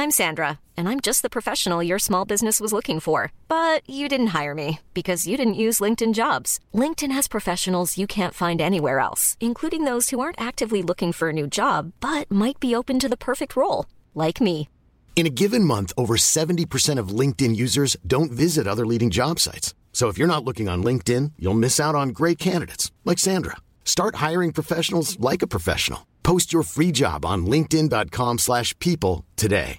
I'm Sandra, and I'm just the professional your small business was looking for. But you didn't hire me because you didn't use LinkedIn Jobs. LinkedIn has professionals you can't find anywhere else, including those who aren't actively looking for a new job, but might be open to the perfect role, like me. In a given month, over 70% of LinkedIn users don't visit other leading job sites. So if you're not looking on LinkedIn, you'll miss out on great candidates like Sandra. Start hiring professionals like a professional. Post your free job on linkedin.com/people today.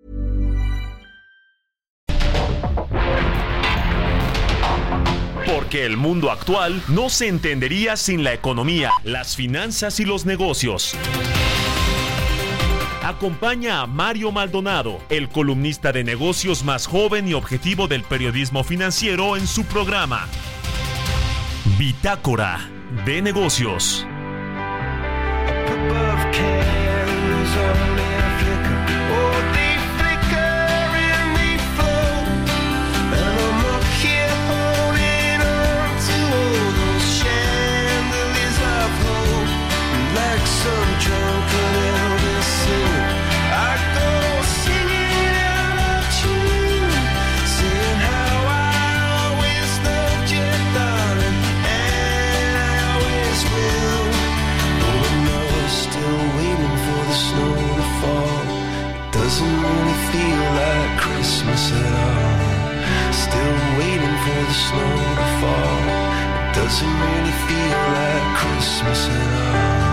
Porque el mundo actual no se entendería sin la economía, las finanzas y los negocios. Acompaña a Mario Maldonado, el columnista de negocios más joven y objetivo del periodismo financiero, en su programa Bitácora de Negocios. Doesn't really feel like Christmas at all. Still waiting for the snow to fall. It doesn't really feel like Christmas at all.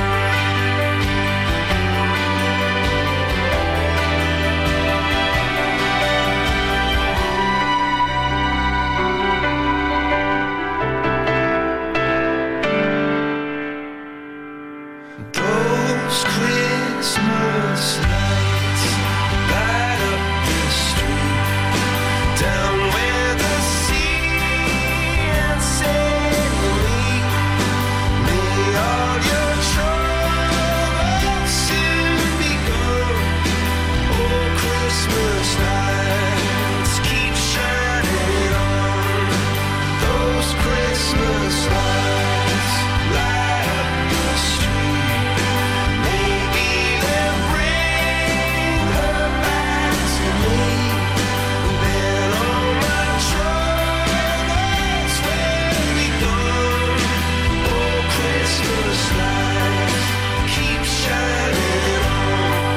Those Christmas lights light up the street, down where the sea and sailing meet. May all your troubles soon be gone. Oh, Christmas lights keep shining on. Those Christmas lights light up the street. Maybe they'll bring her back to me. Then all my troubles will be gone. Oh, Christmas lights keep shining on.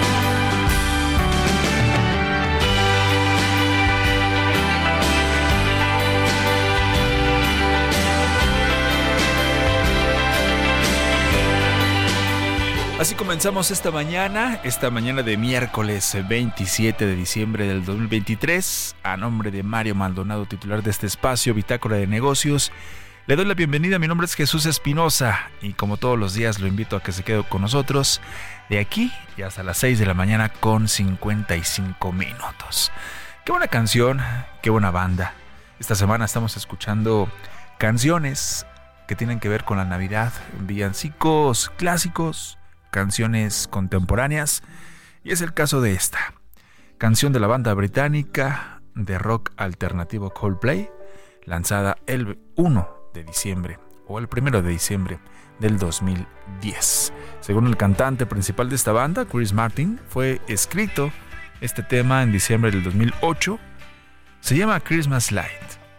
Así comenzamos esta mañana de miércoles 27 de diciembre del 2023. A nombre de Mario Maldonado, titular de este espacio, Bitácora de Negocios, le doy la bienvenida. Mi nombre es Jesús Espinosa y como todos los días lo invito a que se quede con nosotros de aquí y hasta las 6 de la mañana con 55 minutos. Qué buena canción, qué buena banda. Esta semana estamos escuchando canciones que tienen que ver con la Navidad, villancicos clásicos, canciones contemporáneas, y es el caso de esta canción de la banda británica de rock alternativo Coldplay, lanzada el 1 de diciembre o el 1 de diciembre del 2010. Según el cantante principal de esta banda, Chris Martin, fue escrito este tema en diciembre del 2008. Se llama Christmas Light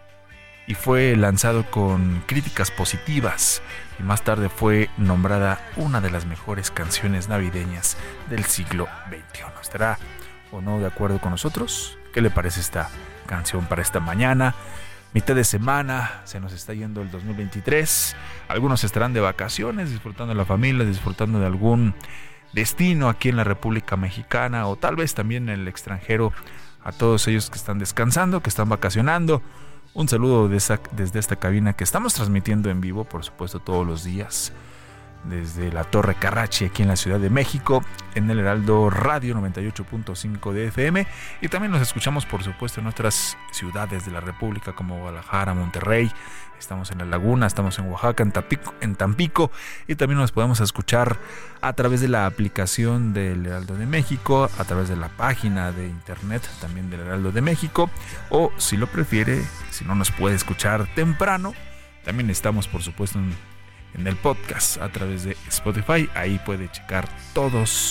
y fue lanzado con críticas positivas, y más tarde fue nombrada una de las mejores canciones navideñas del siglo XXI. ¿Estará o no de acuerdo con nosotros? ¿Qué le parece esta canción para esta mañana? Mitad de semana, se nos está yendo el 2023. Algunos estarán de vacaciones, disfrutando de la familia, disfrutando de algún destino aquí en la República Mexicana, o tal vez también en el extranjero. A todos ellos que están descansando, que están vacacionando, un saludo desde esta cabina que estamos transmitiendo en vivo, por supuesto, todos los días, desde la Torre Carrachi, aquí en la Ciudad de México, en el Heraldo Radio 98.5 de FM, y también nos escuchamos, por supuesto, en otras ciudades de la República como Guadalajara, Monterrey. Estamos en La Laguna, estamos en Oaxaca, en Tampico, y también nos podemos escuchar a través de la aplicación del Heraldo de México, a través de la página de internet también del Heraldo de México, o si lo prefiere, si no nos puede escuchar temprano, también estamos, por supuesto, en el podcast a través de Spotify. Ahí puede checar todos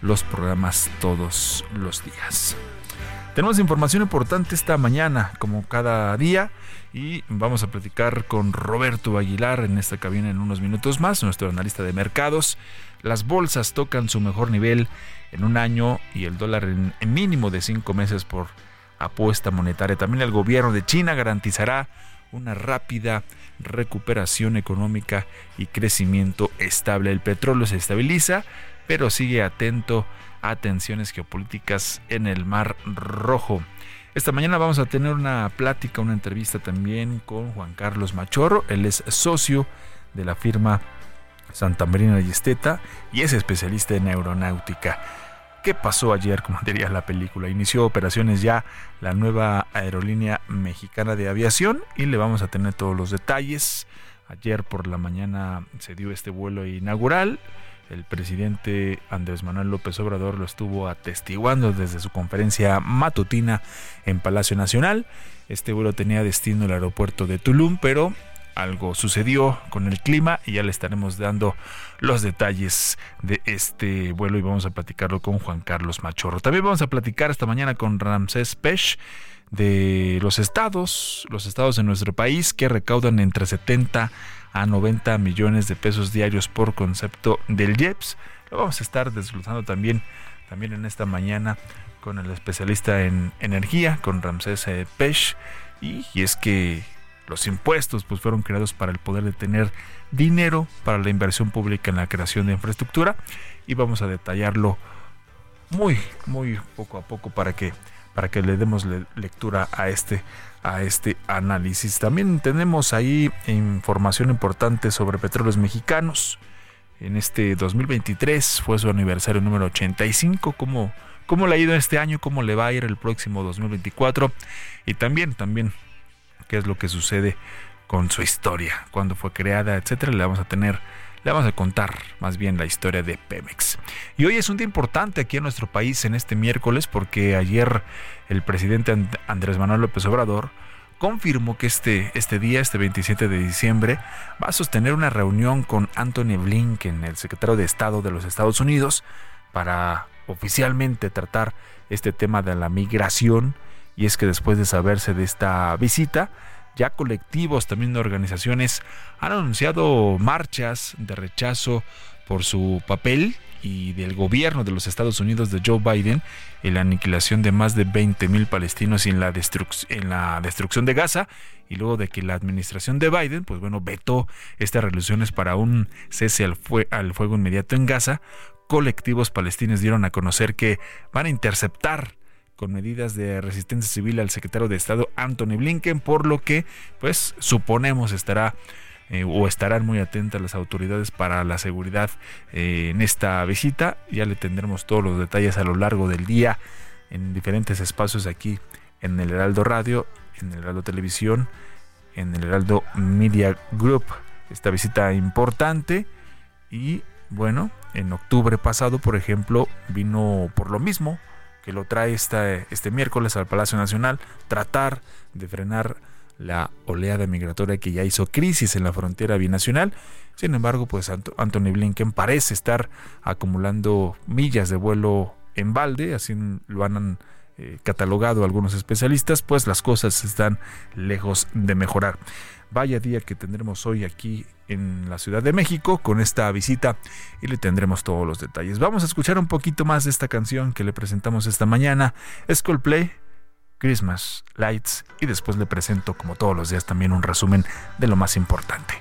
los programas todos los días. Tenemos información importante esta mañana, como cada día, y vamos a platicar con Roberto Aguilar en esta cabina en unos minutos más, nuestro analista de mercados. Las bolsas tocan su mejor nivel en un año y el dólar en mínimo de 5 meses por apuesta monetaria. También el gobierno de China garantizará una rápida recuperación económica y crecimiento estable. El petróleo se estabiliza, pero sigue atento a tensiones geopolíticas en el Mar Rojo. Esta mañana vamos a tener una plática, una entrevista también con Juan Carlos Machorro. Él es socio de la firma Santa Marina y Esteta y es especialista en aeronáutica. ¿Qué pasó ayer, como diría la película? Inició operaciones ya la nueva aerolínea mexicana de aviación y le vamos a tener todos los detalles. Ayer por la mañana se dio este vuelo inaugural. El presidente Andrés Manuel López Obrador lo estuvo atestiguando desde su conferencia matutina en Palacio Nacional. Este vuelo tenía destino al aeropuerto de Tulum, pero algo sucedió con el clima y ya le estaremos dando los detalles de este vuelo y vamos a platicarlo con Juan Carlos Machorro. También vamos a platicar esta mañana con Ramsés Pech de los estados de nuestro país que recaudan entre 70 a 90 millones de pesos diarios por concepto del IEPS. Lo vamos a estar desglosando también en esta mañana con el especialista en energía, con Ramsés Pech, y es que los impuestos pues fueron creados para el poder de tener dinero para la inversión pública en la creación de infraestructura y vamos a detallarlo muy poco a poco para que le demos lectura a este análisis. También tenemos ahí información importante sobre Petróleos Mexicanos. En este 2023 fue su aniversario número 85. ¿Cómo le ha ido este año? ¿Cómo le va a ir el próximo 2024? Y también qué es lo que sucede con su historia, cuándo fue creada, etcétera. Le vamos a contar más bien la historia de Pemex. Y hoy es un día importante aquí en nuestro país en este miércoles porque ayer el presidente Andrés Manuel López Obrador confirmó que este día, este 27 de diciembre, va a sostener una reunión con Antony Blinken, el secretario de Estado de los Estados Unidos, para oficialmente tratar este tema de la migración. Y es que después de saberse de esta visita, ya colectivos también de organizaciones han anunciado marchas de rechazo por su papel y del gobierno de los Estados Unidos de Joe Biden en la aniquilación de más de 20,000 palestinos y en la destrucción de Gaza, y luego de que la administración de Biden vetó estas resoluciones para un cese al fuego inmediato en Gaza. Colectivos palestinos dieron a conocer que van a interceptar con medidas de resistencia civil al secretario de Estado Antony Blinken, por lo que suponemos estarán muy atentas las autoridades para la seguridad en esta visita. Ya le tendremos todos los detalles a lo largo del día en diferentes espacios aquí en el Heraldo Radio, en el Heraldo Televisión, en el Heraldo Media Group. Esta visita importante y en octubre pasado, por ejemplo, vino por lo mismo que lo trae este miércoles al Palacio Nacional, tratar de frenar la oleada migratoria que ya hizo crisis en la frontera binacional. Sin embargo, Antony Blinken parece estar acumulando millas de vuelo en balde, así lo han catalogado algunos especialistas, pues las cosas están lejos de mejorar. Vaya día que tendremos hoy aquí en la Ciudad de México con esta visita y le tendremos todos los detalles. Vamos a escuchar un poquito más de esta canción que le presentamos esta mañana. Es Coldplay, Christmas Lights, y después le presento, como todos los días, también un resumen de lo más importante.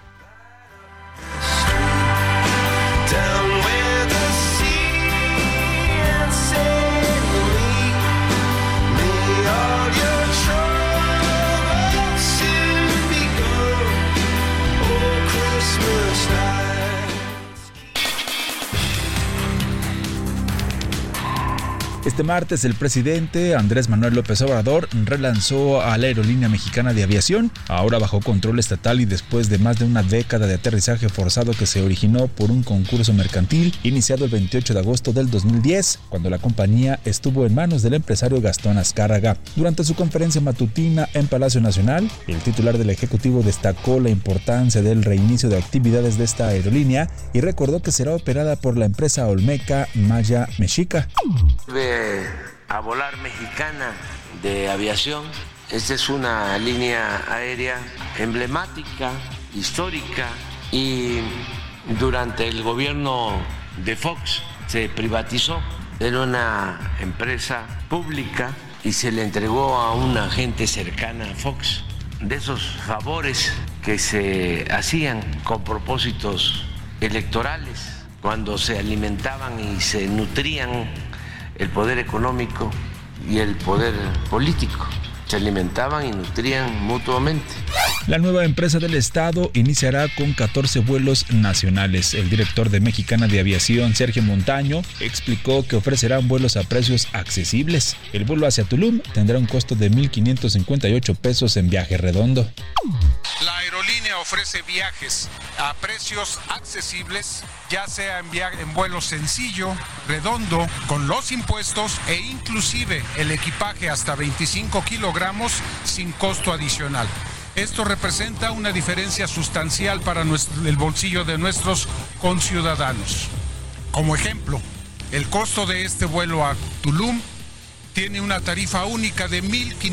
Este martes el presidente Andrés Manuel López Obrador relanzó a la Aerolínea Mexicana de Aviación, ahora bajo control estatal y después de más de una década de aterrizaje forzado que se originó por un concurso mercantil iniciado el 28 de agosto del 2010, cuando la compañía estuvo en manos del empresario Gastón Azcárraga. Durante su conferencia matutina en Palacio Nacional, el titular del Ejecutivo destacó la importancia del reinicio de actividades de esta aerolínea y recordó que será operada por la empresa olmeca Maya Mexica. A volar Mexicana de Aviación. Esta es una línea aérea emblemática, histórica, y durante el gobierno de Fox se privatizó. Era una empresa pública y se le entregó a una gente cercana a Fox, de esos favores que se hacían con propósitos electorales, cuando se alimentaban y se nutrían el poder económico y el poder político. Se alimentaban y nutrían mutuamente. La nueva empresa del Estado iniciará con 14 vuelos nacionales. El director de Mexicana de Aviación, Sergio Montaño, explicó que ofrecerán vuelos a precios accesibles. El vuelo hacia Tulum tendrá un costo de 1,558 pesos en viaje redondo. La aerolínea ofrece viajes a precios accesibles, ya sea en vuelo sencillo, redondo, con los impuestos e inclusive el equipaje hasta 25 kilogramos sin costo adicional. Esto representa una diferencia sustancial para el bolsillo de nuestros conciudadanos. Como ejemplo, el costo de este vuelo a Tulum tiene una tarifa única de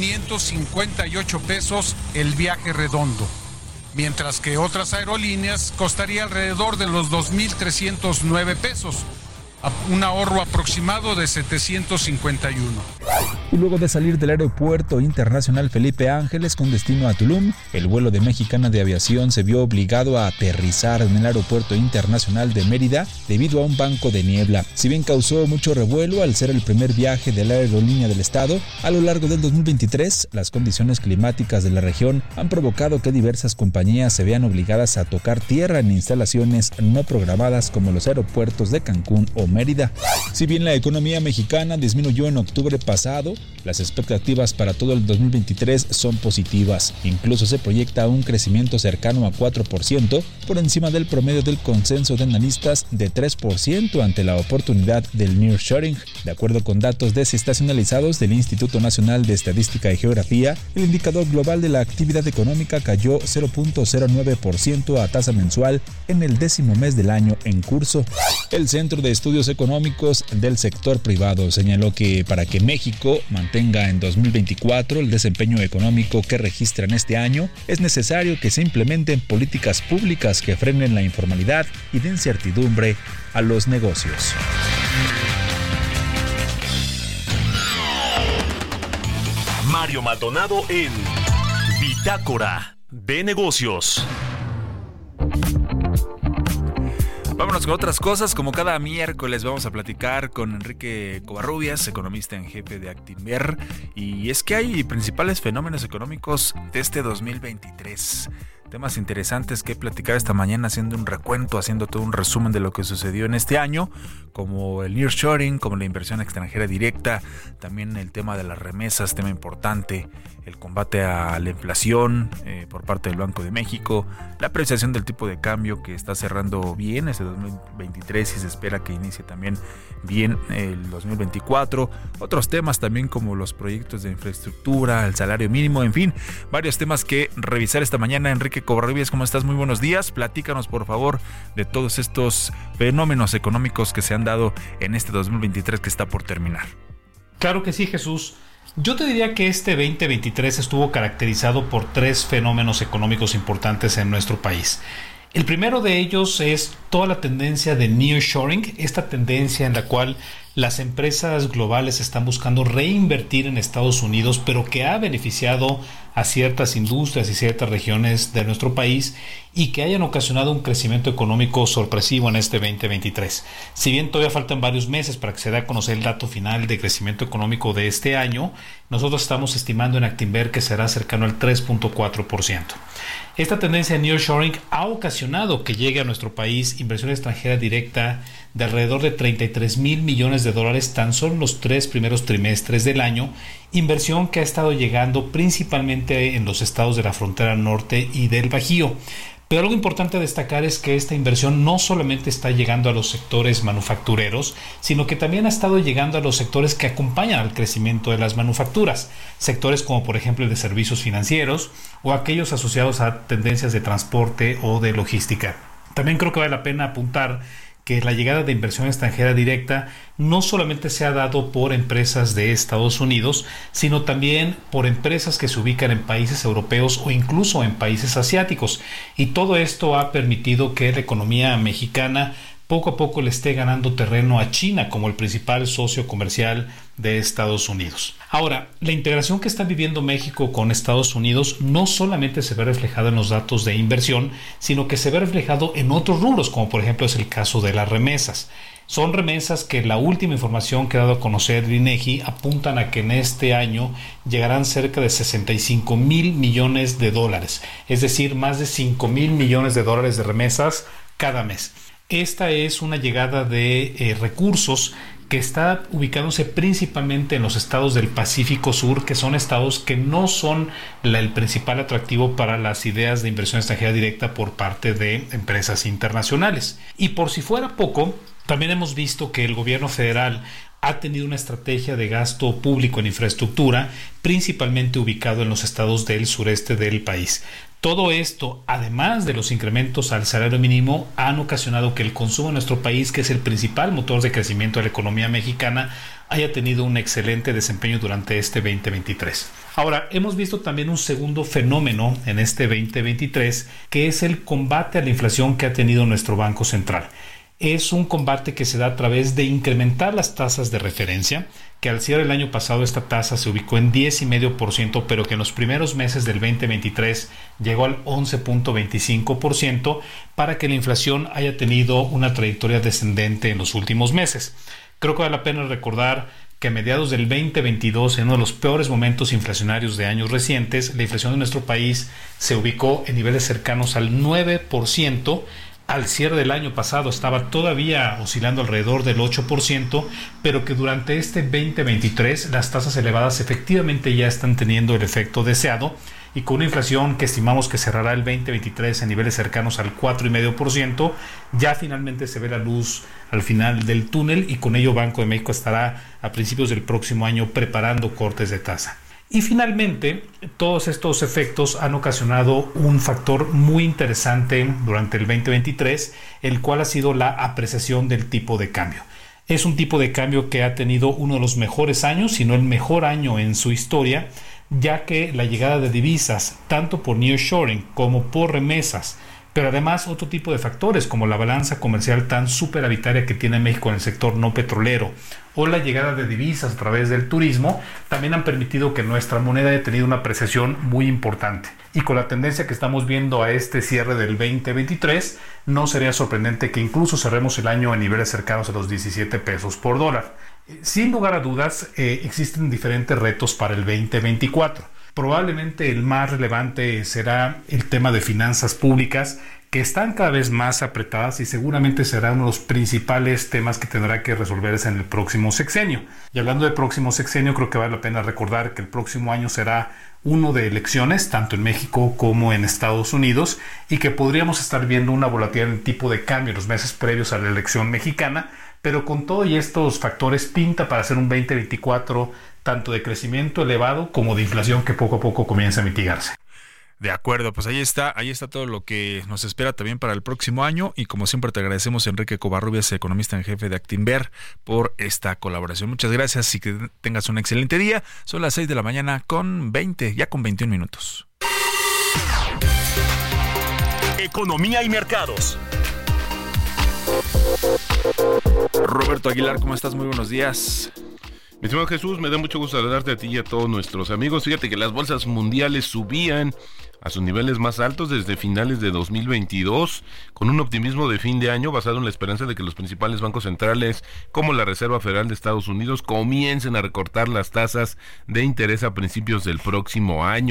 1,558 pesos el viaje redondo, mientras que otras aerolíneas costaría alrededor de los 2,309 pesos, un ahorro aproximado de 751. Y luego de salir del Aeropuerto Internacional Felipe Ángeles con destino a Tulum, el vuelo de Mexicana de Aviación se vio obligado a aterrizar en el Aeropuerto Internacional de Mérida debido a un banco de niebla. Si bien causó mucho revuelo al ser el primer viaje de la aerolínea del estado, a lo largo del 2023, las condiciones climáticas de la región han provocado que diversas compañías se vean obligadas a tocar tierra en instalaciones no programadas como los aeropuertos de Cancún o Mérida. Si bien la economía mexicana disminuyó en octubre pasado, las expectativas para todo el 2023 son positivas. Incluso se proyecta un crecimiento cercano a 4%, por encima del promedio del consenso de analistas de 3% ante la oportunidad del nearshoring. De acuerdo con datos desestacionalizados del Instituto Nacional de Estadística y Geografía, el indicador global de la actividad económica cayó 0.09% a tasa mensual en el 10º mes del año en curso. El Centro de Estudios Económicos del Sector Privado señaló que para que México mantenga en 2024 el desempeño económico que registra en este año, es necesario que se implementen políticas públicas que frenen la informalidad y den certidumbre a los negocios. Mario Maldonado en Bitácora de Negocios. Vámonos con otras cosas. Como cada miércoles vamos a platicar con Enrique Covarrubias, economista en jefe de Actinver. Y es que hay principales fenómenos económicos de este 2023. Temas interesantes que platicar esta mañana, haciendo un recuento, haciendo todo un resumen de lo que sucedió en este año, como el nearshoring, como la inversión extranjera directa, también el tema de las remesas, tema importante, el combate a la inflación por parte del Banco de México, la apreciación del tipo de cambio que está cerrando bien este 2023 y se espera que inicie también bien el 2024, otros temas también como los proyectos de infraestructura, el salario mínimo, en fin, varios temas que revisar esta mañana. Enrique Covarrubias, ¿cómo estás? Muy buenos días. Platícanos, por favor, de todos estos fenómenos económicos que se han dado en este 2023 que está por terminar. Claro que sí, Jesús. Yo te diría que este 2023 estuvo caracterizado por 3 fenómenos económicos importantes en nuestro país. El primero de ellos es toda la tendencia de nearshoring, esta tendencia en la cual las empresas globales están buscando reinvertir en Estados Unidos, pero que ha beneficiado a ciertas industrias y ciertas regiones de nuestro país y que hayan ocasionado un crecimiento económico sorpresivo en este 2023. Si bien todavía faltan varios meses para que se dé a conocer el dato final de crecimiento económico de este año, nosotros estamos estimando en Actinver que será cercano al 3.4%. Esta tendencia de nearshoring ha ocasionado que llegue a nuestro país inversión extranjera directa de alrededor de $33,000 millones de dólares tan solo en los 3 primeros trimestres del año, inversión que ha estado llegando principalmente en los estados de la frontera norte y del Bajío. Pero algo importante a destacar es que esta inversión no solamente está llegando a los sectores manufactureros, sino que también ha estado llegando a los sectores que acompañan al crecimiento de las manufacturas, sectores como por ejemplo el de servicios financieros o aquellos asociados a tendencias de transporte o de logística. También creo que vale la pena apuntar que la llegada de inversión extranjera directa no solamente se ha dado por empresas de Estados Unidos, sino también por empresas que se ubican en países europeos o incluso en países asiáticos. Y todo esto ha permitido que la economía mexicana poco a poco le esté ganando terreno a China como el principal socio comercial de Estados Unidos. Ahora, la integración que está viviendo México con Estados Unidos no solamente se ve reflejado en los datos de inversión, sino que se ve reflejado en otros rubros, como por ejemplo es el caso de las remesas. Son remesas que la última información que ha dado a conocer el INEGI apuntan a que en este año llegarán cerca de 65 mil millones de dólares, es decir, más de 5 mil millones de dólares de remesas cada mes. Esta es una llegada de recursos que está ubicándose principalmente en los estados del Pacífico Sur, que son estados que no son el principal atractivo para las ideas de inversión extranjera directa por parte de empresas internacionales. Y por si fuera poco, también hemos visto que el gobierno federal ha tenido una estrategia de gasto público en infraestructura, principalmente ubicado en los estados del sureste del país. Todo esto, además de los incrementos al salario mínimo, han ocasionado que el consumo en nuestro país, que es el principal motor de crecimiento de la economía mexicana, haya tenido un excelente desempeño durante este 2023. Ahora, hemos visto también un segundo fenómeno en este 2023, que es el combate a la inflación que ha tenido nuestro Banco Central. Es un combate que se da a través de incrementar las tasas de referencia, que al cierre del año pasado esta tasa se ubicó en 10,5%, pero que en los primeros meses del 2023 llegó al 11,25%, para que la inflación haya tenido una trayectoria descendente en los últimos meses. Creo que vale la pena recordar que a mediados del 2022, en uno de los peores momentos inflacionarios de años recientes, la inflación de nuestro país se ubicó en niveles cercanos al 9%, al cierre del año pasado estaba todavía oscilando alrededor del 8%, pero que durante este 2023 las tasas elevadas efectivamente ya están teniendo el efecto deseado, y con una inflación que estimamos que cerrará el 2023 en niveles cercanos al 4,5%, ya finalmente se ve la luz al final del túnel, y con ello Banco de México estará a principios del próximo año preparando cortes de tasa. Y finalmente, todos estos efectos han ocasionado un factor muy interesante durante el 2023, el cual ha sido la apreciación del tipo de cambio. Es un tipo de cambio que ha tenido uno de los mejores años, si no el mejor año en su historia, ya que la llegada de divisas, tanto por nearshoring como por remesas, pero además otro tipo de factores como la balanza comercial tan superavitaria que tiene México en el sector no petrolero, o la llegada de divisas a través del turismo, también han permitido que nuestra moneda haya tenido una apreciación muy importante. Y con la tendencia que estamos viendo a este cierre del 2023, no sería sorprendente que incluso cerremos el año en niveles cercanos a los 17 pesos por dólar. Sin lugar a dudas, existen diferentes retos para el 2024. Probablemente el más relevante será el tema de finanzas públicas, que están cada vez más apretadas, y seguramente será uno de los principales temas que tendrá que resolverse en el próximo sexenio. Y hablando de próximo sexenio, creo que vale la pena recordar que el próximo año será uno de elecciones, tanto en México como en Estados Unidos, y que podríamos estar viendo una volatilidad en el tipo de cambio en los meses previos a la elección mexicana, pero con todo y estos factores pinta para hacer un 2024 tanto de crecimiento elevado como de inflación que poco a poco comienza a mitigarse. De acuerdo, pues ahí está todo lo que nos espera también para el próximo año, y como siempre te agradecemos, Enrique Covarrubias, economista en jefe de Actinver, por esta colaboración. Muchas gracias y que tengas un excelente día. Son las 6 de la mañana con 21 minutos. Economía y mercados. Roberto Aguilar, ¿cómo estás? Muy buenos días. Mi estimado Jesús, me da mucho gusto saludarte a ti y a todos nuestros amigos. Fíjate que las bolsas mundiales subían a sus niveles más altos desde finales de 2022, con un optimismo de fin de año basado en la esperanza de que los principales bancos centrales, como la Reserva Federal de Estados Unidos, comiencen a recortar las tasas de interés a principios del próximo año.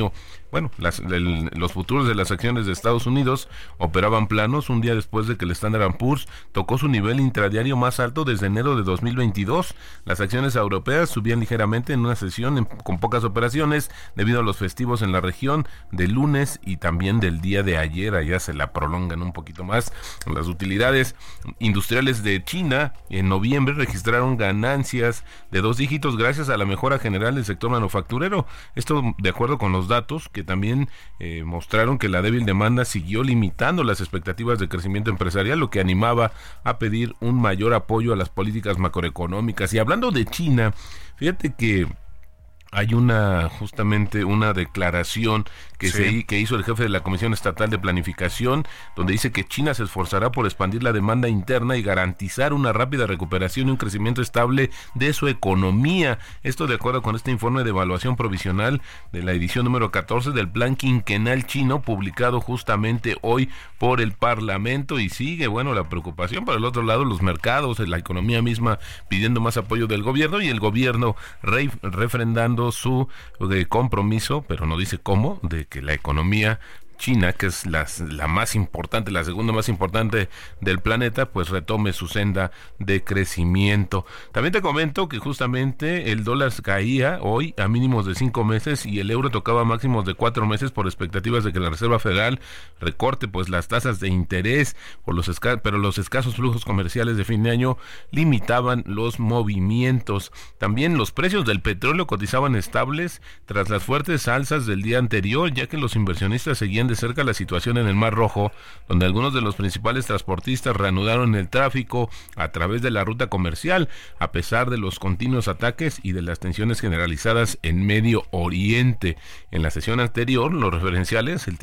los futuros de las acciones de Estados Unidos operaban planos un día después de que el Standard & Poor's tocó su nivel intradiario más alto desde enero de 2022. Las acciones europeas subían ligeramente en una sesión con pocas operaciones debido a los festivos en la región del lunes y también del día de ayer. Allá se la prolongan un poquito más. Las utilidades industriales de China en noviembre registraron ganancias de 2 dígitos gracias a la mejora general del sector manufacturero. Esto de acuerdo con los datos que también mostraron que la débil demanda siguió limitando las expectativas de crecimiento empresarial, lo que animaba a pedir un mayor apoyo a las políticas macroeconómicas. Y hablando de China, fíjate que hay justamente una declaración que hizo el jefe de la Comisión Estatal de Planificación, donde dice que China se esforzará por expandir la demanda interna y garantizar una rápida recuperación y un crecimiento estable de su economía. Esto de acuerdo con este informe de evaluación provisional de la edición número 14 del Plan Quinquenal chino, publicado justamente hoy por el Parlamento. Y sigue, la preocupación por el otro lado, los mercados, la economía misma pidiendo más apoyo del gobierno, y el gobierno refrendando su compromiso, pero no dice cómo, de que la economía China, que es la más importante, la segunda más importante del planeta, pues retome su senda de crecimiento. También te comento que justamente el dólar caía hoy a mínimos de 5 meses y el euro tocaba máximos de 4 meses por expectativas de que la Reserva Federal recorte pues las tasas de interés, pero los escasos flujos comerciales de fin de año limitaban los movimientos. También los precios del petróleo cotizaban estables tras las fuertes alzas del día anterior, ya que los inversionistas seguían de cerca la situación en el Mar Rojo, donde algunos de los principales transportistas reanudaron el tráfico a través de la ruta comercial, a pesar de los continuos ataques y de las tensiones generalizadas en Medio Oriente. En la sesión anterior, los referenciales, el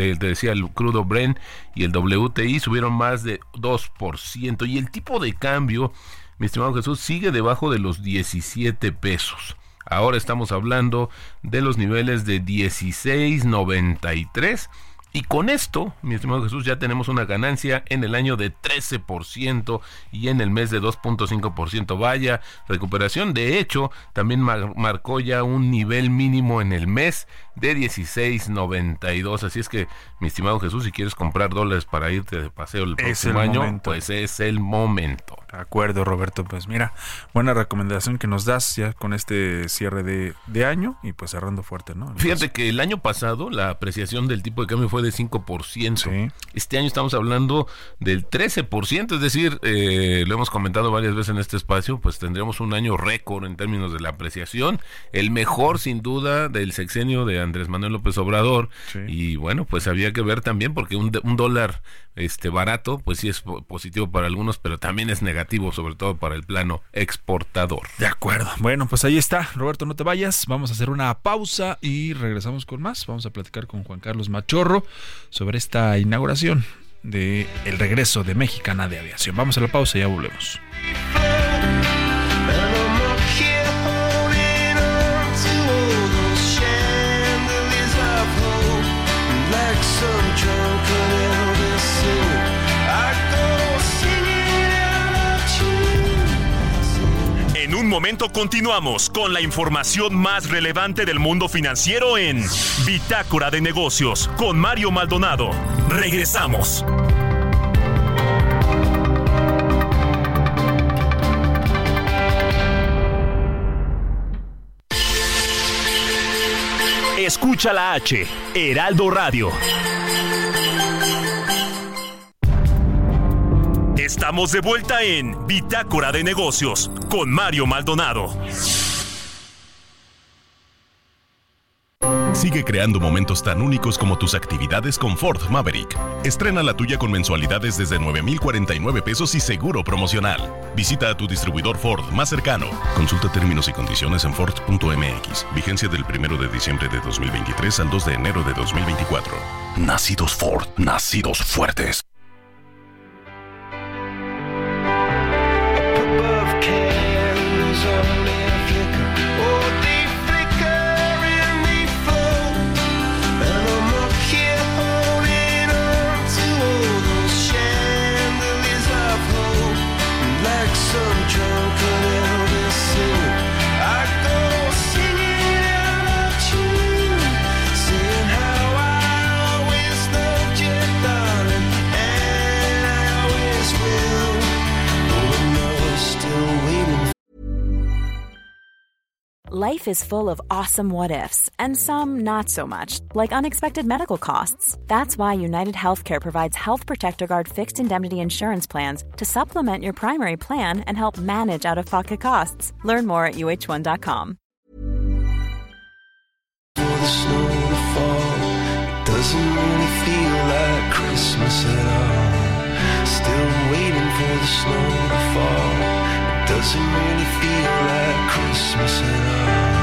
crudo Brent y el WTI subieron más de 2%, y el tipo de cambio, mi estimado Jesús, sigue debajo de los 17 pesos. Ahora estamos hablando de los niveles de 16.93, y con esto, mi estimado Jesús, ya tenemos una ganancia en el año de 13% y en el mes de 2.5%. Vaya recuperación. De hecho, también marcó ya un nivel mínimo en el mes de 16.92. Así es que, mi estimado Jesús, si quieres comprar dólares para irte de paseo el próximo año, pues es el momento. De acuerdo, Roberto. Pues mira, buena recomendación que nos das ya con este cierre de año y pues cerrando fuerte, ¿no? Fíjate que el año pasado la apreciación del tipo de cambio fue de 5%. Sí. Este año estamos hablando del 13%, es decir, lo hemos comentado varias veces en este espacio, pues tendremos un año récord en términos de la apreciación, el mejor sin duda del sexenio de Andrés Manuel López Obrador. Sí. Y bueno, pues había que ver también, porque un dólar barato, pues sí es positivo para algunos, pero también es negativo, sobre todo para el plano exportador. De acuerdo. Bueno, pues ahí está, Roberto, no te vayas, vamos a hacer una pausa y regresamos con más. Vamos a platicar con Juan Carlos Machorro sobre esta inauguración de el regreso de Mexicana de Aviación. Vamos a la pausa y ya volvemos. En un momento continuamos con la información más relevante del mundo financiero en Bitácora de Negocios con Mario Maldonado. Regresamos. Escucha la H, Heraldo Radio. Estamos de vuelta en Bitácora de Negocios con Mario Maldonado. Sigue creando momentos tan únicos como tus actividades con Ford Maverick. Estrena la tuya con mensualidades desde 9,049 pesos y seguro promocional. Visita a tu distribuidor Ford más cercano. Consulta términos y condiciones en Ford.mx. Vigencia del 1 de diciembre de 2023 al 2 de enero de 2024. Nacidos Ford, nacidos fuertes. Saying Life is full of awesome what-ifs, and some not so much, like unexpected medical costs. That's why United Healthcare provides Health Protector Guard fixed indemnity insurance plans to supplement your primary plan and help manage out-of-pocket costs. Learn more at uh1.com. For the snow to fall, it doesn't really feel like Christmas at all. Still waiting for the snow to fall. It doesn't really feel like Christmas at all.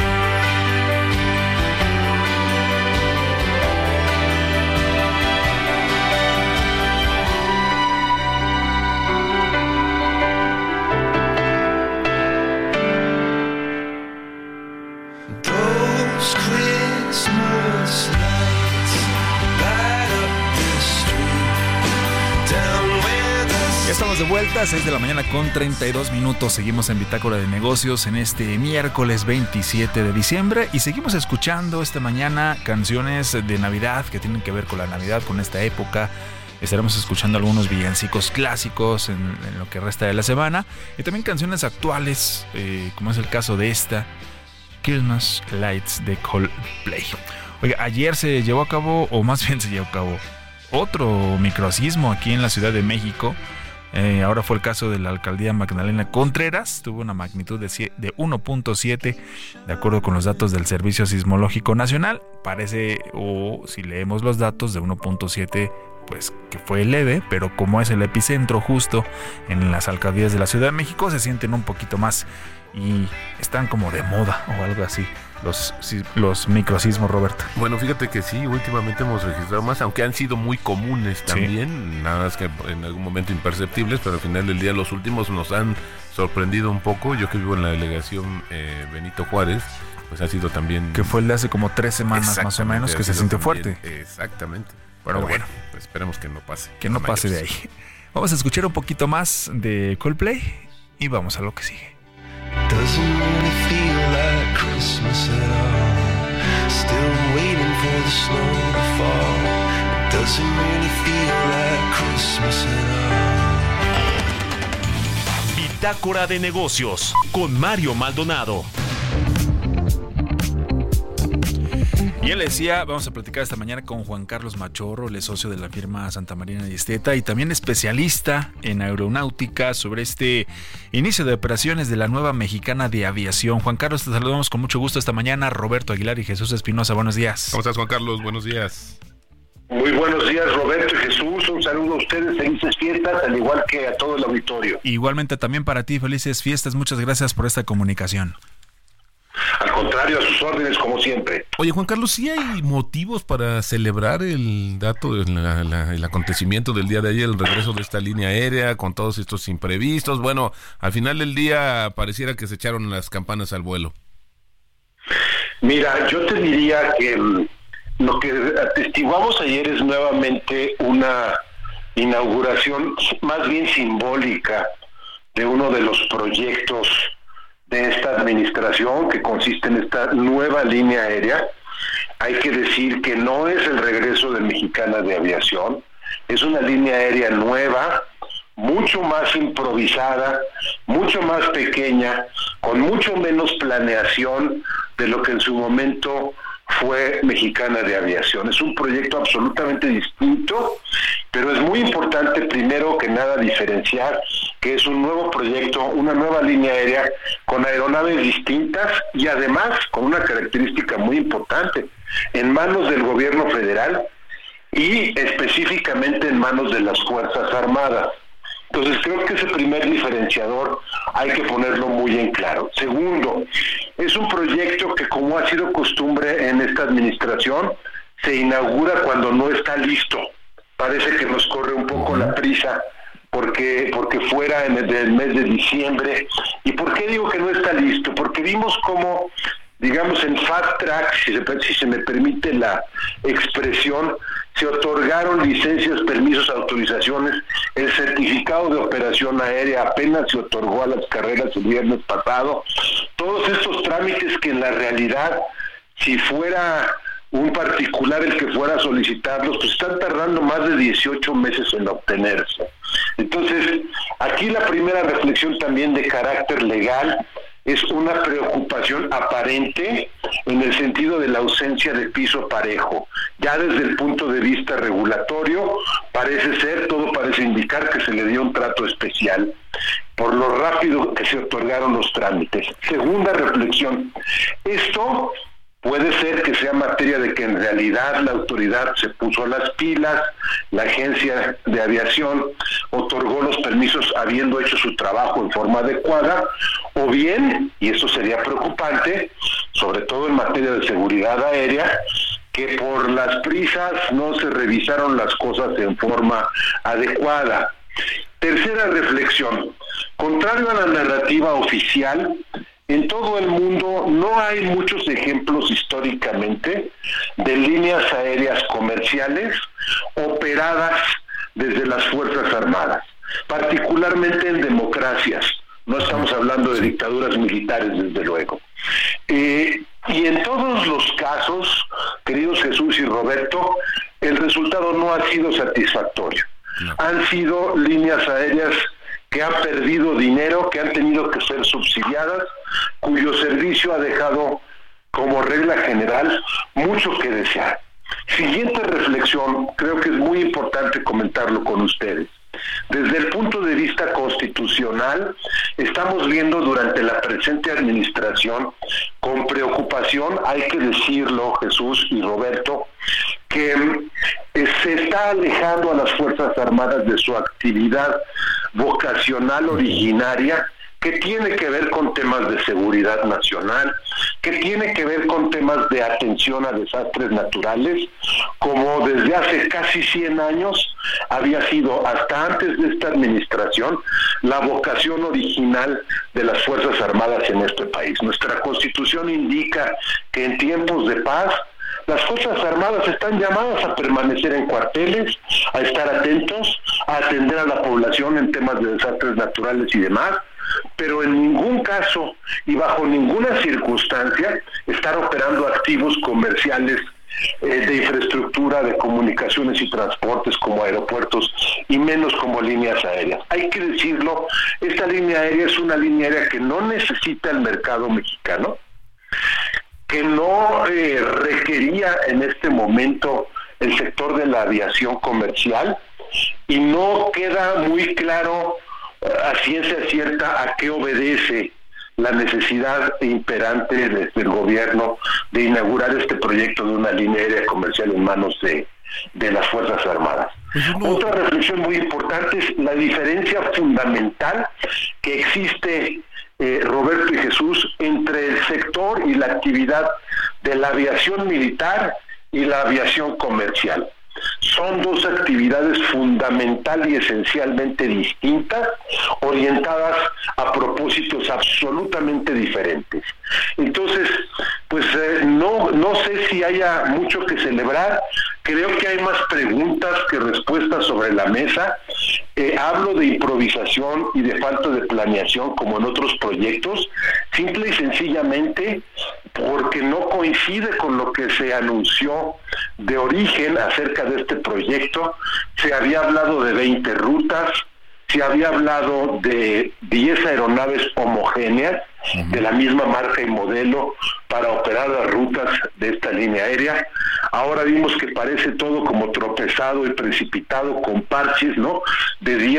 Those Christmas lights light up the street down where the Ya estamos de vuelta, 6 de la mañana con 32 minutos. Seguimos en Bitácora de Negocios en este miércoles 27 de diciembre y seguimos escuchando esta mañana canciones de Navidad que tienen que ver con la Navidad, con esta época. Estaremos escuchando algunos villancicos clásicos en lo que resta de la semana y también canciones actuales, como es el caso de esta Christmas Lights de Coldplay. Oiga, ayer se llevó a cabo, o más bien se llevó a cabo, otro microsismo aquí en la Ciudad de México. Ahora fue el caso de la alcaldía Magdalena Contreras. Tuvo una magnitud de 1.7 de acuerdo con los datos del Servicio Sismológico Nacional. Parece, o si leemos los datos, de 1.7 pues que fue leve, pero como es el epicentro justo en las alcaldías de la Ciudad de México, se sienten un poquito más y están como de moda o algo así los microsismos, Roberto. Bueno, fíjate que sí, últimamente hemos registrado más, aunque han sido muy comunes también, sí. Nada más que en algún momento imperceptibles, pero al final del día los últimos nos han sorprendido un poco. Yo que vivo en la delegación Benito Juárez, pues ha sido también... Que fue el de hace como 3 semanas más o menos, que se sintió fuerte. Exactamente. Pero bueno, pues esperemos que no pase. Que no pase de ahí. Vamos a escuchar un poquito más de Coldplay y vamos a lo que sigue. doesn't really feel like Christmas at all. Still waiting for the snow to fall. It doesn't really feel like Christmas at all. Bitácora de Negocios con Mario Maldonado. Y él decía, vamos a platicar esta mañana con Juan Carlos Machorro, él es socio de la firma Santa Marina y Esteta y también especialista en aeronáutica sobre este inicio de operaciones de la nueva Mexicana de Aviación. Juan Carlos, te saludamos con mucho gusto esta mañana. Roberto Aguilar y Jesús Espinosa, buenos días. ¿Cómo estás, Juan Carlos? Buenos días. Muy buenos días, Roberto y Jesús. Un saludo a ustedes, felices fiestas, al igual que a todo el auditorio. Igualmente también para ti, felices fiestas. Muchas gracias por esta comunicación. Al contrario, a sus órdenes, como siempre. Oye, Juan Carlos, ¿sí hay motivos para celebrar el el acontecimiento del día de ayer, el regreso de esta línea aérea, con todos estos imprevistos? Bueno, al final del día pareciera que se echaron las campanas al vuelo. Mira, yo te diría que lo que atestiguamos ayer es nuevamente una inauguración más bien simbólica de uno de los proyectos de esta administración, que consiste en esta nueva línea aérea. Hay que decir que no es el regreso de Mexicana de Aviación, es una línea aérea nueva, mucho más improvisada, mucho más pequeña, con mucho menos planeación de lo que en su momento fue Mexicana de Aviación. Es un proyecto absolutamente distinto, pero es muy importante primero que nada diferenciar que es un nuevo proyecto, una nueva línea aérea con aeronaves distintas y además con una característica muy importante, en manos del gobierno federal y específicamente en manos de las Fuerzas Armadas. Entonces creo que ese primer diferenciador hay que ponerlo muy en claro. Segundo, es un proyecto que, como ha sido costumbre en esta administración, se inaugura cuando no está listo. Parece que nos corre un poco la prisa porque fuera en el mes de diciembre. ¿Y por qué digo que no está listo? Porque vimos cómo, digamos, en fast track, si se me permite la expresión, se otorgaron licencias, permisos, autorizaciones. El certificado de operación aérea apenas se otorgó a las carreras el viernes pasado. Todos estos trámites que en la realidad, si fuera un particular el que fuera a solicitarlos, pues están tardando más de 18 meses en obtenerse. Entonces, aquí la primera reflexión también de carácter legal es una preocupación aparente en el sentido de la ausencia de piso parejo. Ya desde el punto de vista regulatorio, todo parece indicar que se le dio un trato especial por lo rápido que se otorgaron los trámites. Segunda reflexión, esto puede ser que sea materia de que en realidad la autoridad se puso las pilas, la agencia de aviación otorgó los permisos habiendo hecho su trabajo en forma adecuada, o bien, y esto sería preocupante, sobre todo en materia de seguridad aérea, que por las prisas no se revisaron las cosas en forma adecuada. Tercera reflexión, contrario a la narrativa oficial, en todo el mundo no hay muchos ejemplos históricamente de líneas aéreas comerciales operadas desde las Fuerzas Armadas, particularmente en democracias. No estamos hablando de dictaduras militares, desde luego. Y en todos los casos, queridos Jesús y Roberto, el resultado no ha sido satisfactorio. Han sido líneas aéreas que han perdido dinero, que han tenido que ser subsidiadas, cuyo servicio ha dejado, como regla general, mucho que desear. Siguiente reflexión, creo que es muy importante comentarlo con ustedes. Desde el punto de vista constitucional, estamos viendo durante la presente administración, con preocupación, hay que decirlo, Jesús y Roberto, que se está alejando a las Fuerzas Armadas de su actividad vocacional originaria, que tiene que ver con temas de seguridad nacional, que tiene que ver con temas de atención a desastres naturales, como desde hace casi 100 años había sido, hasta antes de esta administración, la vocación original de las Fuerzas Armadas en este país. Nuestra Constitución indica que en tiempos de paz, las Fuerzas Armadas están llamadas a permanecer en cuarteles, a estar atentos, a atender a la población en temas de desastres naturales y demás, pero en ningún caso y bajo ninguna circunstancia estar operando activos comerciales de infraestructura, de comunicaciones y transportes como aeropuertos y menos como líneas aéreas. Hay que decirlo, esta línea aérea es una línea aérea que no necesita el mercado mexicano, que no requería en este momento el sector de la aviación comercial, y no queda muy claro a ciencia cierta a qué obedece la necesidad imperante desde el gobierno de inaugurar este proyecto de una línea aérea comercial en manos de las Fuerzas Armadas. Otra reflexión muy importante es la diferencia fundamental que existe, Roberto y Jesús, entre el sector y la actividad de la aviación militar y la aviación comercial. Son dos actividades fundamental y esencialmente distintas, orientadas a propósitos absolutamente diferentes. Entonces, pues no sé si haya mucho que celebrar. Creo que hay más preguntas que respuestas sobre la mesa. Hablo de improvisación y de falta de planeación como en otros proyectos, simple y sencillamente porque no coincide con lo que se anunció de origen acerca de este proyecto. Se había hablado de 20 rutas, se había hablado de 10 aeronaves homogéneas de la misma marca y modelo para operar las rutas de esta línea aérea. Ahora vimos que parece todo como tropezado y precipitado con parches, ¿no? De 10,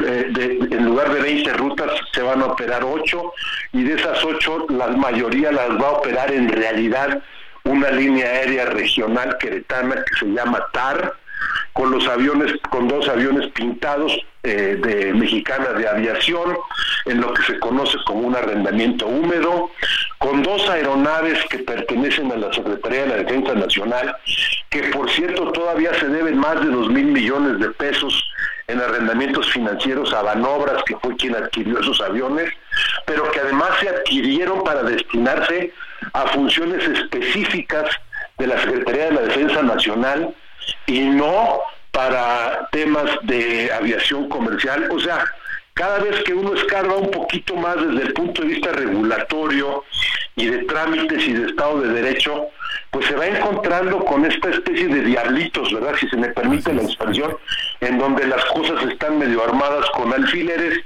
en lugar de 20 rutas se van a operar 8, y de esas 8 la mayoría las va a operar en realidad una línea aérea regional queretana que se llama TAR, con los aviones, con 2 aviones pintados de Mexicana de Aviación, en lo que se conoce como un arrendamiento húmedo, con 2 aeronaves que pertenecen a la Secretaría de la Defensa Nacional, que por cierto todavía se deben más de 2,000 millones de pesos en arrendamientos financieros a Banobras, que fue quien adquirió esos aviones, pero que además se adquirieron para destinarse a funciones específicas de la Secretaría de la Defensa Nacional y no para temas de aviación comercial. O sea, cada vez que uno escarba un poquito más desde el punto de vista regulatorio y de trámites y de Estado de Derecho, pues se va encontrando con esta especie de diablitos, ¿verdad?, si se me permite la expresión, en donde las cosas están medio armadas con alfileres,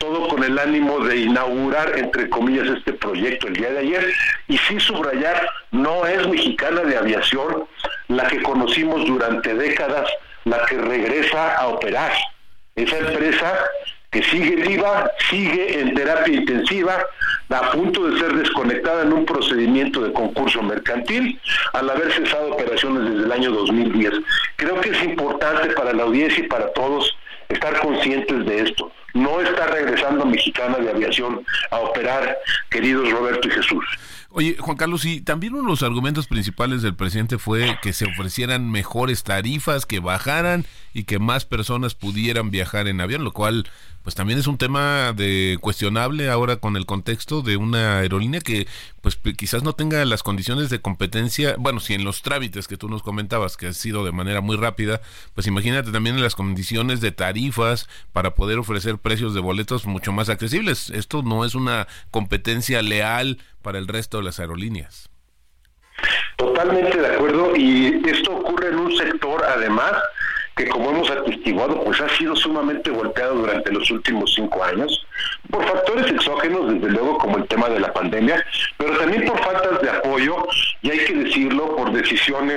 todo con el ánimo de inaugurar, entre comillas, este proyecto el día de ayer. Y sí subrayar, no es Mexicana de Aviación la que conocimos durante décadas, la que regresa a operar. Esa empresa que sigue viva, sigue en terapia intensiva, a punto de ser desconectada en un procedimiento de concurso mercantil, al haber cesado operaciones desde el año 2010. Creo que es importante para la audiencia y para todos estar conscientes de esto. No está regresando Mexicana de Aviación a operar, queridos Roberto y Jesús. Oye, Juan Carlos, y también uno de los argumentos principales del presidente fue que se ofrecieran mejores tarifas, que bajaran y que más personas pudieran viajar en avión, lo cual pues también es un tema de cuestionable ahora con el contexto de una aerolínea que pues quizás no tenga las condiciones de competencia. Bueno, si en los trámites que tú nos comentabas, que ha sido de manera muy rápida, pues imagínate también en las condiciones de tarifas para poder ofrecer precios de boletos mucho más accesibles. Esto no es una competencia leal para el resto de las aerolíneas. Totalmente de acuerdo, y esto ocurre en un sector, además, que como hemos atestiguado, pues ha sido sumamente golpeado durante los últimos 5 años, por factores exógenos, desde luego, como el tema de la pandemia, pero también por faltas de apoyo, y hay que decirlo, por decisiones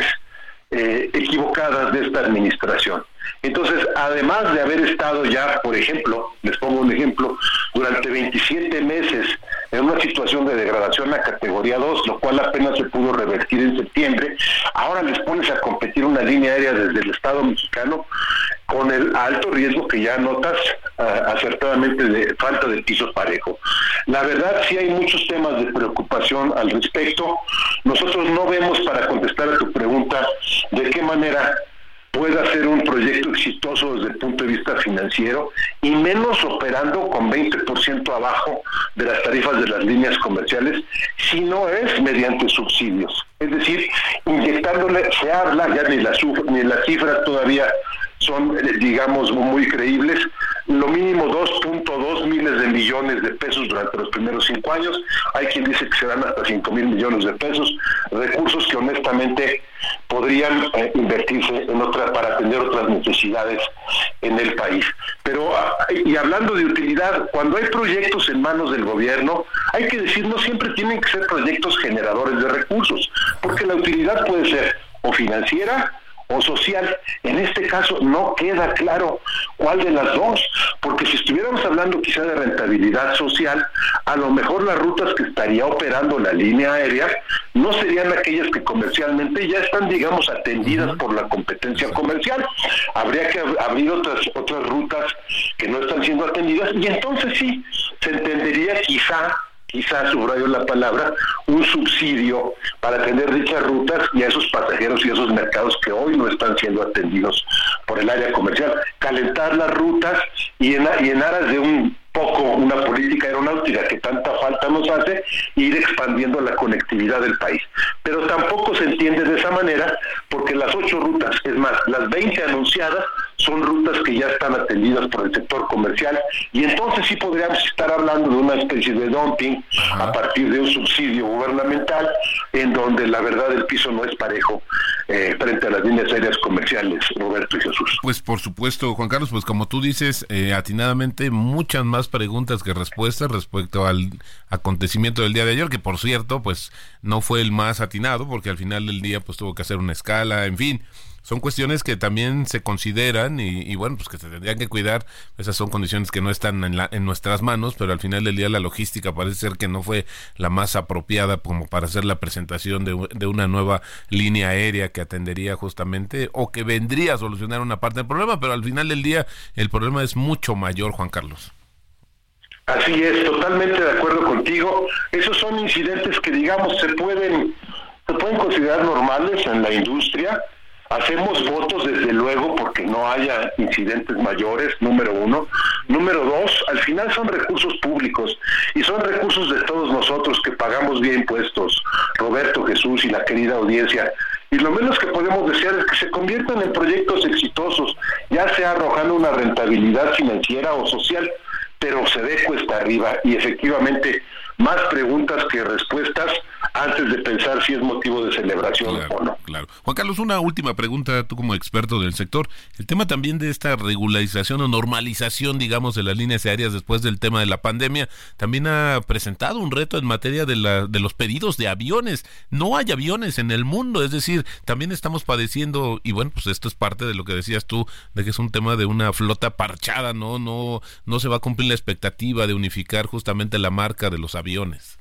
equivocadas de esta administración. Entonces, además de haber estado ya, por ejemplo, les pongo un ejemplo, durante 27 meses en una situación de degradación a categoría 2, lo cual apenas se pudo revertir en septiembre, ahora les pones a competir una línea aérea desde el Estado mexicano con el alto riesgo que ya notas acertadamente de falta de piso parejo. La verdad, sí hay muchos temas de preocupación al respecto. Nosotros no vemos, para contestar a tu pregunta, de qué manera pueda ser un proyecto exitoso desde el punto de vista financiero, y menos operando con 20% abajo de las tarifas de las líneas comerciales, si no es mediante subsidios. Es decir, inyectándole, se habla, ya ni las cifras todavía son, digamos, muy creíbles, lo mínimo 2.2 miles de millones de pesos durante los primeros 5 años, hay quien dice que serán hasta 5 mil millones de pesos, recursos que honestamente podrían invertirse en para atender otras necesidades en el país. Pero, y hablando de utilidad, cuando hay proyectos en manos del gobierno, hay que decir, no siempre tienen que ser proyectos generadores de recursos, porque la utilidad puede ser o financiera o social. En este caso no queda claro cuál de las dos, porque si estuviéramos hablando quizá de rentabilidad social, a lo mejor las rutas que estaría operando la línea aérea no serían aquellas que comercialmente ya están, digamos, atendidas por la competencia comercial. Habría que abrir otras rutas que no están siendo atendidas, y entonces sí, se entendería quizá, subrayo la palabra, un subsidio para atender dichas rutas y a esos pasajeros y a esos mercados que hoy no están siendo atendidos por el área comercial. Calentar las rutas y en aras de una política aeronáutica que tanta falta nos hace, ir expandiendo la conectividad del país. Pero tampoco se entiende de esa manera, porque las 8 rutas, es más, las 20 anunciadas, son rutas que ya están atendidas por el sector comercial, y entonces sí podríamos estar hablando de una especie de dumping a partir de un subsidio gubernamental, en donde la verdad el piso no es parejo frente a las líneas aéreas comerciales, Roberto y Jesús. Pues por supuesto, Juan Carlos, pues como tú dices, atinadamente, muchas más preguntas que respuestas respecto al acontecimiento del día de ayer, que por cierto, pues no fue el más atinado, porque al final del día pues tuvo que hacer una escala, en fin. Son cuestiones que también se consideran y bueno, pues que se tendrían que cuidar. Esas son condiciones que no están en nuestras manos, pero al final del día la logística parece ser que no fue la más apropiada como para hacer la presentación de una nueva línea aérea que atendería justamente o que vendría a solucionar una parte del problema, pero al final del día el problema es mucho mayor, Juan Carlos. Así es, totalmente de acuerdo contigo. Esos son incidentes que, digamos, se pueden considerar normales en la industria. Hacemos votos, desde luego, porque no haya incidentes mayores, número 1. Número 2, al final son recursos públicos y son recursos de todos nosotros que pagamos vía impuestos, Roberto, Jesús y la querida audiencia. Y lo menos que podemos desear es que se conviertan en proyectos exitosos, ya sea arrojando una rentabilidad financiera o social, pero se dé cuesta arriba, y efectivamente más preguntas que respuestas antes de pensar si es motivo de celebración o no. Claro. Juan Carlos, una última pregunta, tú como experto del sector. El tema también de esta regularización o normalización, digamos, de las líneas aéreas después del tema de la pandemia, también ha presentado un reto en materia de los pedidos de aviones. No hay aviones en el mundo, es decir, también estamos padeciendo, y bueno, pues esto es parte de lo que decías tú, de que es un tema de una flota parchada, no se va a cumplir la expectativa de unificar justamente la marca de los aviones.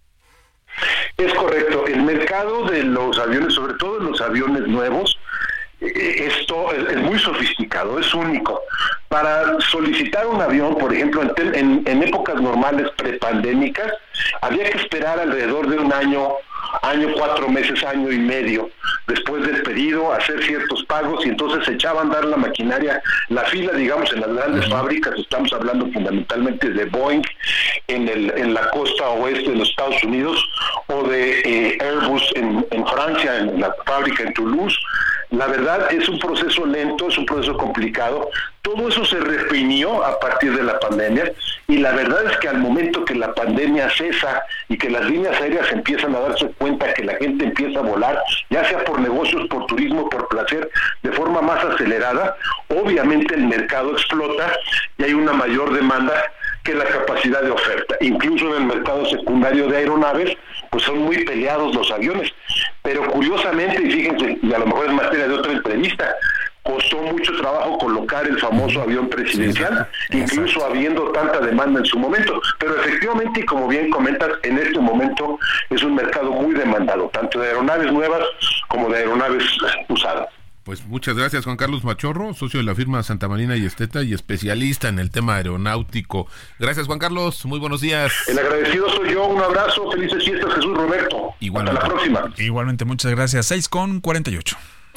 Es correcto, el mercado de los aviones, sobre todo de los aviones nuevos, esto es muy sofisticado, es único. Para solicitar un avión, por ejemplo, en épocas normales prepandémicas, había que esperar alrededor de un año, 4 meses, año y medio después del pedido, hacer ciertos pagos, y entonces se echaba a andar la maquinaria, la fila, digamos, en las grandes fábricas. Estamos hablando fundamentalmente de Boeing en la costa oeste de los Estados Unidos, o de Airbus en Francia, en la fábrica en Toulouse. La verdad es un proceso lento, es un proceso complicado. Todo eso se reprimió a partir de la pandemia, y la verdad es que al momento que la pandemia cesa y que las líneas aéreas empiezan a darse cuenta que la gente empieza a volar, ya sea por negocios, por turismo, por placer, de forma más acelerada, obviamente el mercado explota y hay una mayor demanda que la capacidad de oferta. Incluso en el mercado secundario de aeronaves, pues son muy peleados los aviones. Pero curiosamente, y fíjense, y a lo mejor es materia de otra entrevista, costó mucho trabajo colocar el famoso avión presidencial, incluso habiendo tanta demanda en su momento. Pero efectivamente, y como bien comentas, en este momento es un mercado muy demandado, tanto de aeronaves nuevas como de aeronaves usadas. Pues muchas gracias, Juan Carlos Machorro, socio de la firma Santamarina y Esteta y especialista en el tema aeronáutico. Gracias, Juan Carlos, muy buenos días. El agradecido soy yo, un abrazo, felices fiestas, Jesús Roberto. Igualmente. Hasta la próxima. Igualmente, muchas gracias. 6:48.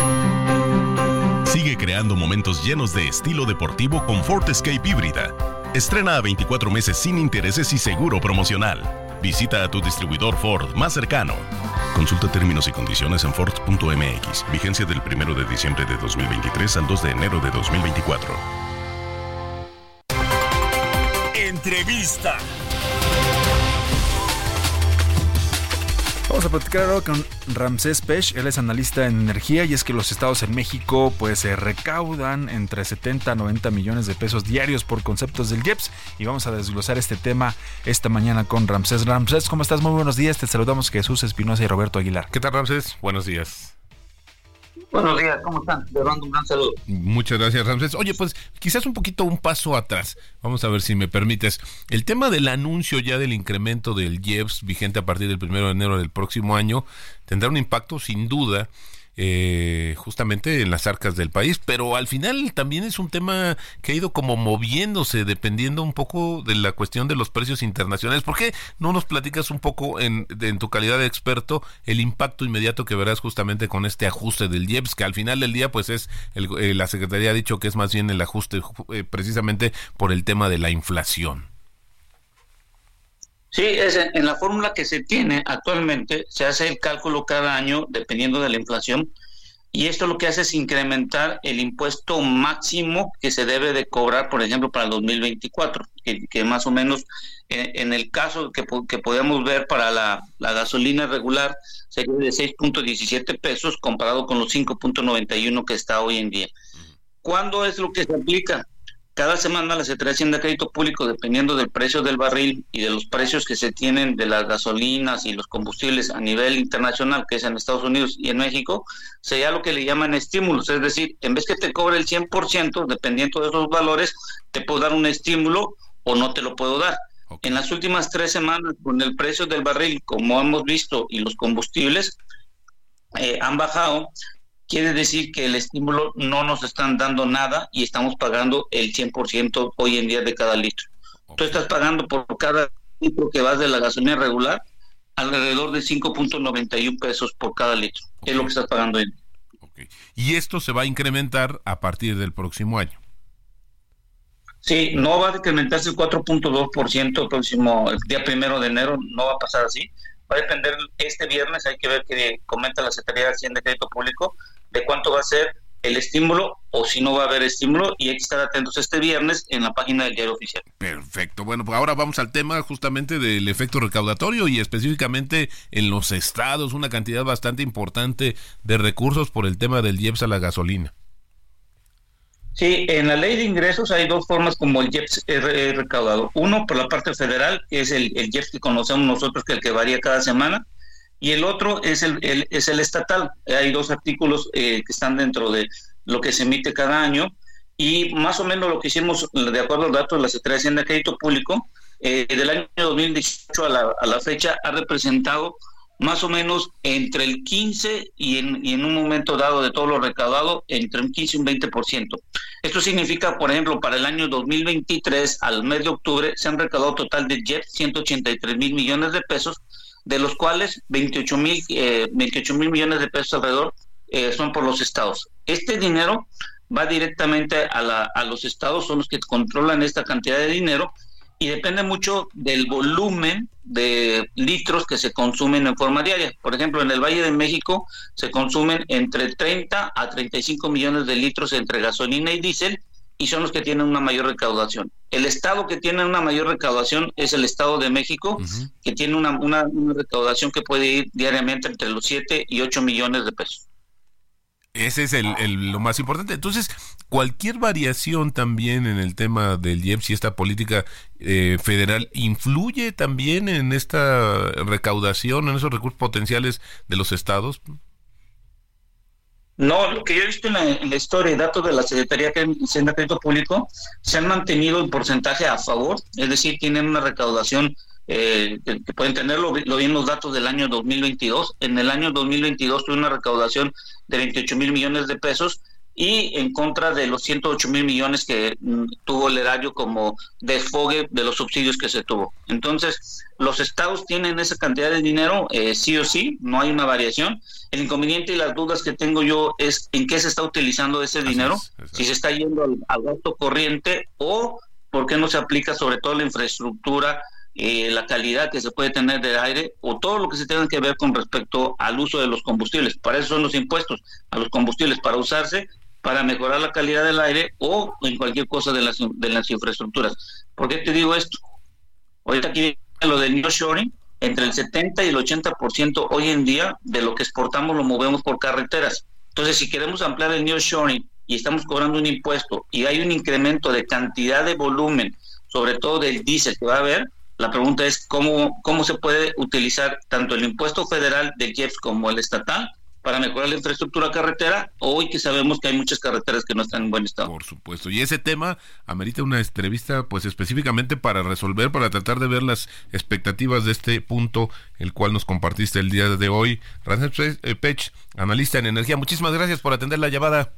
Sigue creando momentos llenos de estilo deportivo con Ford Escape híbrida. Estrena a 24 meses sin intereses y seguro promocional. Visita a tu distribuidor Ford más cercano. Consulta términos y condiciones en Ford.mx. Vigencia del 1 de diciembre de 2023 al 2 de enero de 2024. Entrevista. Vamos a platicar ahora con Ramsés Pech. Él es analista en energía, y es que los estados en México pues recaudan entre 70 a 90 millones de pesos diarios por conceptos del IEPS, y vamos a desglosar este tema esta mañana con Ramsés. Ramsés, ¿cómo estás? Muy buenos días. Te saludamos Jesús Espinosa y Roberto Aguilar. ¿Qué tal, Ramsés? Buenos días. Buenos días, ¿cómo están? Le mando un gran saludo. Muchas gracias, Ramsés. Oye, pues quizás un paso atrás. Vamos a ver si me permites. El tema del anuncio ya del incremento del IEPS vigente a partir del 1 de enero del próximo año tendrá un impacto sin duda justamente en las arcas del país, pero al final también es un tema que ha ido como moviéndose dependiendo un poco de la cuestión de los precios internacionales. ¿Por qué no nos platicas un poco en tu calidad de experto el impacto inmediato que verás justamente con este ajuste del IEPS, que al final del día pues es la Secretaría ha dicho que es más bien el ajuste precisamente por el tema de la inflación? Sí, en la fórmula que se tiene actualmente se hace el cálculo cada año dependiendo de la inflación, y esto lo que hace es incrementar el impuesto máximo que se debe de cobrar, por ejemplo, para el 2024, que más o menos en el caso que podemos ver para la gasolina regular sería de 6.17 pesos comparado con los 5.91 que está hoy en día. ¿Cuándo es lo que se aplica? Cada semana la Secretaría de Hacienda y Crédito Público, dependiendo del precio del barril y de los precios que se tienen de las gasolinas y los combustibles a nivel internacional, que es en Estados Unidos y en México, sería lo que le llaman estímulos. Es decir, en vez que te cobre el 100%, dependiendo de esos valores, te puedo dar un estímulo o no te lo puedo dar. Okay. En las últimas 3 semanas, con el precio del barril, como hemos visto, y los combustibles han bajado, quiere decir que el estímulo no nos están dando nada y estamos pagando el 100% hoy en día de cada litro. Okay. Tú estás pagando por cada litro que vas de la gasolina regular alrededor de 5.91 pesos por cada litro. Okay. Es lo que estás pagando hoy. Okay. Y esto se va a incrementar a partir del próximo año. Sí, no va a incrementarse el 4.2% el próximo día 1 de enero, no va a pasar así. Va a depender este viernes, hay que ver qué comenta la Secretaría de Hacienda y Crédito Público, de cuánto va a ser el estímulo o si no va a haber estímulo, y hay que estar atentos este viernes en la página del diario oficial. Perfecto. Bueno, pues ahora vamos al tema justamente del efecto recaudatorio y específicamente en los estados, una cantidad bastante importante de recursos por el tema del IEPS a la gasolina. Sí, en la ley de ingresos hay dos formas como el IEPS es recaudado. Uno, por la parte federal, que es el IEPS que conocemos nosotros, que es el que varía cada semana, y el otro es el estatal. Hay dos artículos que están dentro de lo que se emite cada año, y más o menos lo que hicimos, de acuerdo al dato de la Secretaría de Hacienda y Crédito Público, del año 2018 a la fecha ha representado más o menos entre el 15 y en un momento dado de todo lo recaudado, entre un 15 y un 20%. Esto significa, por ejemplo, para el año 2023, al mes de octubre, se han recaudado total de JEP 183 mil millones de pesos, de los cuales 28 mil millones de pesos alrededor son por los estados. Este dinero va directamente a los estados, son los que controlan esta cantidad de dinero, y depende mucho del volumen de litros que se consumen en forma diaria. Por ejemplo, en el Valle de México se consumen entre 30 a 35 millones de litros entre gasolina y diésel, y son los que tienen una mayor recaudación. El estado que tiene una mayor recaudación es el Estado de México, que tiene una recaudación que puede ir diariamente entre los 7 y 8 millones de pesos. Ese es lo más importante. Entonces, cualquier variación también en el tema del IEPS y esta política federal influye también en esta recaudación, en esos recursos potenciales de los estados. No, lo que yo he visto en la historia y datos de la Secretaría de Hacienda y Crédito Público, se han mantenido el porcentaje a favor, es decir, tienen una recaudación que pueden tenerlo, lo vi en los datos del año 2022. En el año 2022 tuve una recaudación de 28 mil millones de pesos, y en contra de los 108 mil millones que tuvo el erario como desfogue de los subsidios que se tuvo. Entonces, los estados tienen esa cantidad de dinero, sí o sí, no hay una variación. El inconveniente y las dudas que tengo yo es en qué se está utilizando ese dinero, si se está yendo al gasto corriente, o por qué no se aplica sobre todo la infraestructura, la calidad que se puede tener del aire, o todo lo que se tenga que ver con respecto al uso de los combustibles. Para eso son los impuestos a los combustibles, para usarse para mejorar la calidad del aire o en cualquier cosa de las infraestructuras. ¿Por qué te digo esto? Ahorita aquí viene lo del nearshoring. Entre el 70 y el 80% hoy en día de lo que exportamos lo movemos por carreteras. Entonces, si queremos ampliar el nearshoring y estamos cobrando un impuesto y hay un incremento de cantidad de volumen, sobre todo del diésel que va a haber, la pregunta es cómo se puede utilizar tanto el impuesto federal del IEPS como el estatal para mejorar la infraestructura carretera, hoy que sabemos que hay muchas carreteras que no están en buen estado. Por supuesto, y ese tema amerita una entrevista pues específicamente para resolver, para tratar de ver las expectativas de este punto, el cual nos compartiste el día de hoy. Ramsés Pech, analista en energía, muchísimas gracias por atender la llamada.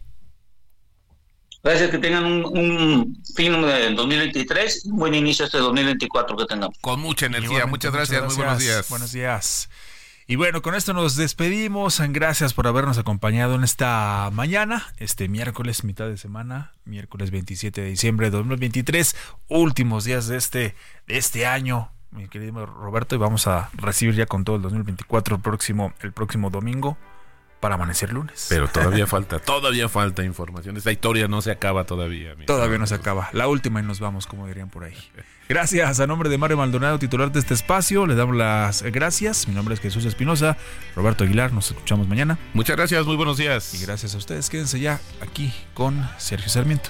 Gracias, que tengan un fin del 2023 y un buen inicio este 2024 que tengamos. Con mucha energía, muchas gracias, muy buenos días. Buenos días. Y bueno, con esto nos despedimos. Este por habernos acompañado en esta mañana, este miércoles, mitad de semana, miércoles 27 de diciembre de 2023, últimos días de este año, mi querido Roberto, y vamos a recibir ya con todo el 2024 el próximo domingo para amanecer lunes. Pero todavía falta información. Esta historia no se acaba todavía. Todavía no se acaba. La última y nos vamos, como dirían por ahí. Gracias. A nombre de Mario Maldonado, titular de este espacio, le damos las gracias. Mi nombre es Jesús Espinosa. Roberto Aguilar, nos escuchamos mañana. Muchas gracias, muy buenos días. Y gracias a ustedes. Quédense ya aquí con Sergio Sarmiento.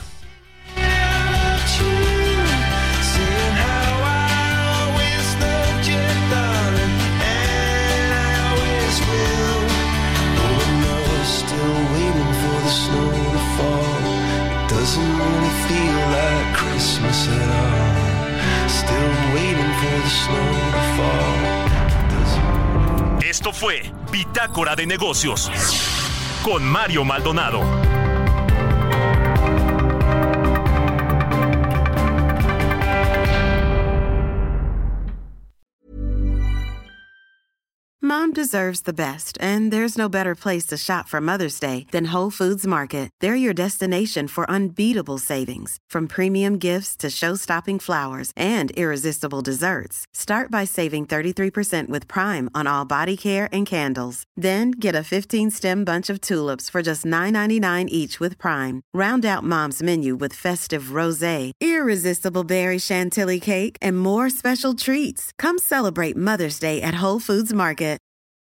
Doesn't really feel like Christmas at all. Still waiting for the snow to fall. Esto fue Bitácora de Negocios con Mario Maldonado. Mom deserves the best, and there's no better place to shop for Mother's Day than Whole Foods Market. They're your destination for unbeatable savings, from premium gifts to show-stopping flowers and irresistible desserts. Start by saving 33% with Prime on all body care and candles. Then get a 15-stem bunch of tulips for just $9.99 each with Prime. Round out Mom's menu with festive rosé, irresistible berry chantilly cake, and more special treats. Come celebrate Mother's Day at Whole Foods Market.